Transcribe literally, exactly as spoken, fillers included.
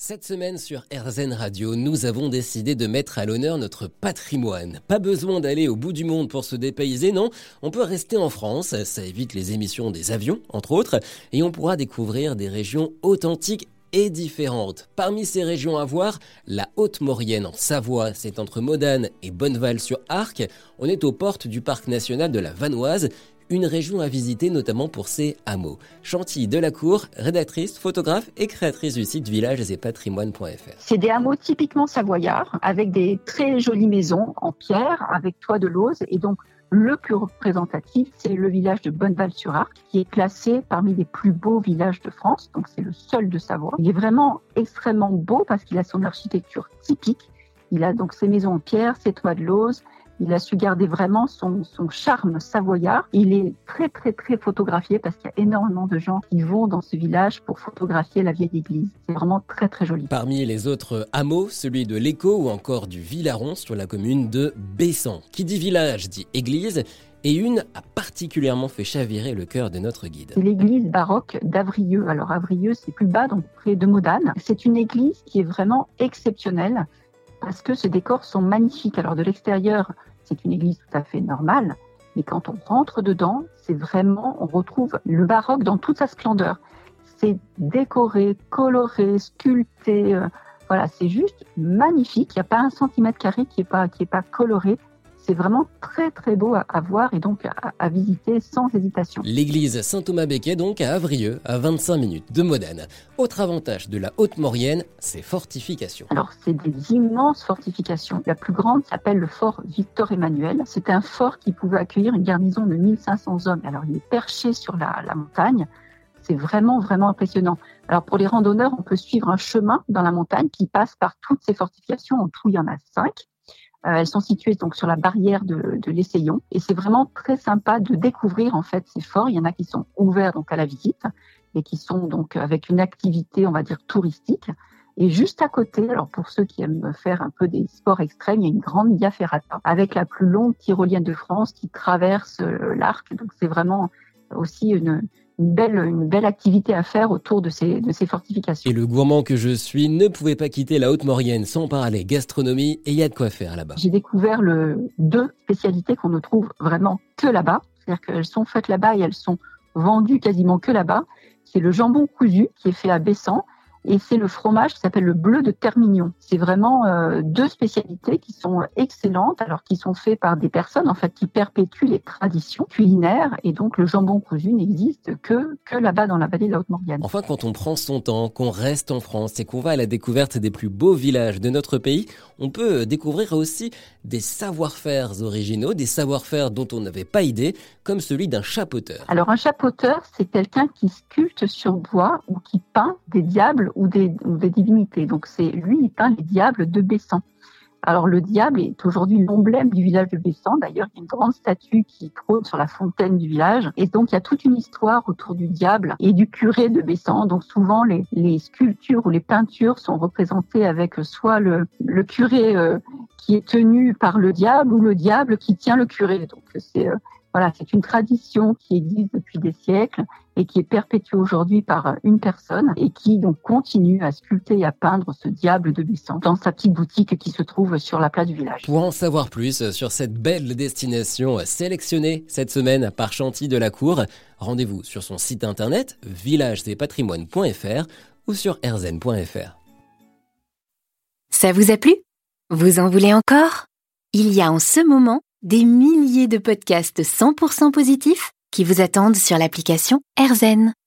Cette semaine sur R Z N Radio, nous avons décidé de mettre à l'honneur notre patrimoine. Pas besoin d'aller au bout du monde pour se dépayser, non. On peut rester en France, ça évite les émissions des avions, entre autres, et on pourra découvrir des régions authentiques et différentes. Parmi ces régions à voir, la Haute-Maurienne en Savoie, c'est entre Modane et Bonneval-sur-Arc. On est aux portes du parc national de la Vanoise, une région à visiter notamment pour ses hameaux. Chantilly Delacour, rédactrice, photographe et créatrice du site villages et patrimoine point f r. C'est des hameaux typiquement savoyards, avec des très jolies maisons en pierre, avec toit de lauze, et donc le plus représentatif, c'est le village de Bonneval-sur-Arc, qui est classé parmi les plus beaux villages de France, donc c'est le seul de Savoie. Il est vraiment extrêmement beau parce qu'il a son architecture typique, il a donc ses maisons en pierre, ses toits de lauze. Il a su garder vraiment son, son charme savoyard. Il est très, très, très photographié parce qu'il y a énormément de gens qui vont dans ce village pour photographier la vieille église. C'est vraiment très, très joli. Parmi les autres hameaux, celui de l'Écho ou encore du Villaron sur la commune de Bessan. Qui dit village dit église. Et une a particulièrement fait chavirer le cœur de notre guide. C'est l'église baroque d'Avrieux. Alors Avrieux, c'est plus bas, donc près de Modane. C'est une église qui est vraiment exceptionnelle parce que ses décors sont magnifiques. Alors de l'extérieur, c'est une église tout à fait normale, mais quand on rentre dedans, c'est vraiment, on retrouve le baroque dans toute sa splendeur. C'est décoré, coloré, sculpté, euh, voilà, c'est juste magnifique. Il n'y a pas un centimètre carré qui n'est pas, qui est pas coloré. C'est vraiment très très beau à, à voir et donc à, à visiter sans hésitation. L'église Saint-Thomas-Becket donc à Avrieux, à vingt-cinq minutes de Modane. Autre avantage de la Haute-Maurienne, ses fortifications. Alors c'est des immenses fortifications. La plus grande s'appelle le fort Victor-Emmanuel. C'est un fort qui pouvait accueillir une garnison de mille cinq cents hommes. Alors il est perché sur la, la montagne. C'est vraiment vraiment impressionnant. Alors pour les randonneurs, on peut suivre un chemin dans la montagne qui passe par toutes ces fortifications. En tout, il y en a cinq. Euh, elles sont situées donc sur la barrière de, de l'Essaillon et c'est vraiment très sympa de découvrir en fait ces forts. Il y en a qui sont ouverts donc à la visite et qui sont donc avec une activité on va dire touristique. Et juste à côté, alors pour ceux qui aiment faire un peu des sports extrêmes, il y a une grande via ferrata avec la plus longue tyrolienne de France qui traverse euh, l'arc. Donc c'est vraiment aussi une Une belle, une belle activité à faire autour de ces, de ces fortifications. Et le gourmand que je suis ne pouvait pas quitter la Haute-Maurienne sans parler gastronomie, et il y a de quoi faire là-bas. J'ai découvert le, deux spécialités qu'on ne trouve vraiment que là-bas. C'est-à-dire qu'elles sont faites là-bas et elles sont vendues quasiment que là-bas. C'est le jambon cousu qui est fait à Bessan. Et c'est le fromage qui s'appelle le bleu de Termignon. C'est vraiment euh, deux spécialités qui sont excellentes, alors qui sont faites par des personnes en fait qui perpétuent les traditions culinaires. Et donc le jambon cousu n'existe que que là-bas dans la vallée de la Haute-Maurienne. Enfin, quand on prend son temps, qu'on reste en France et qu'on va à la découverte des plus beaux villages de notre pays, on peut découvrir aussi des savoir-faire originaux, des savoir-faire dont on n'avait pas idée, comme celui d'un chapeauteur. Alors un chapeauteur, c'est quelqu'un qui sculpte sur bois ou qui peint des diables ou des, ou des divinités. Donc c'est lui, il peint les diables de Bessan. Alors le diable est aujourd'hui l'emblème du village de Bessan. D'ailleurs, il y a une grande statue qui trône sur la fontaine du village. Et donc il y a toute une histoire autour du diable et du curé de Bessan. Donc souvent les, les sculptures ou les peintures sont représentées avec soit le, le curé euh, qui est tenu par le diable ou le diable qui tient le curé. Donc c'est euh, Voilà, c'est une tradition qui existe depuis des siècles et qui est perpétuée aujourd'hui par une personne et qui donc continue à sculpter et à peindre ce diable de Bessan dans sa petite boutique qui se trouve sur la place du village. Pour en savoir plus sur cette belle destination sélectionnée cette semaine par Chantilly Delacour, rendez-vous sur son site internet villages et patrimoine point f r ou sur r z n point f r. Ça vous a plu ? Vous en voulez encore ? Il y a en ce moment des milliers de podcasts cent pour cent positifs qui vous attendent sur l'application R Z N.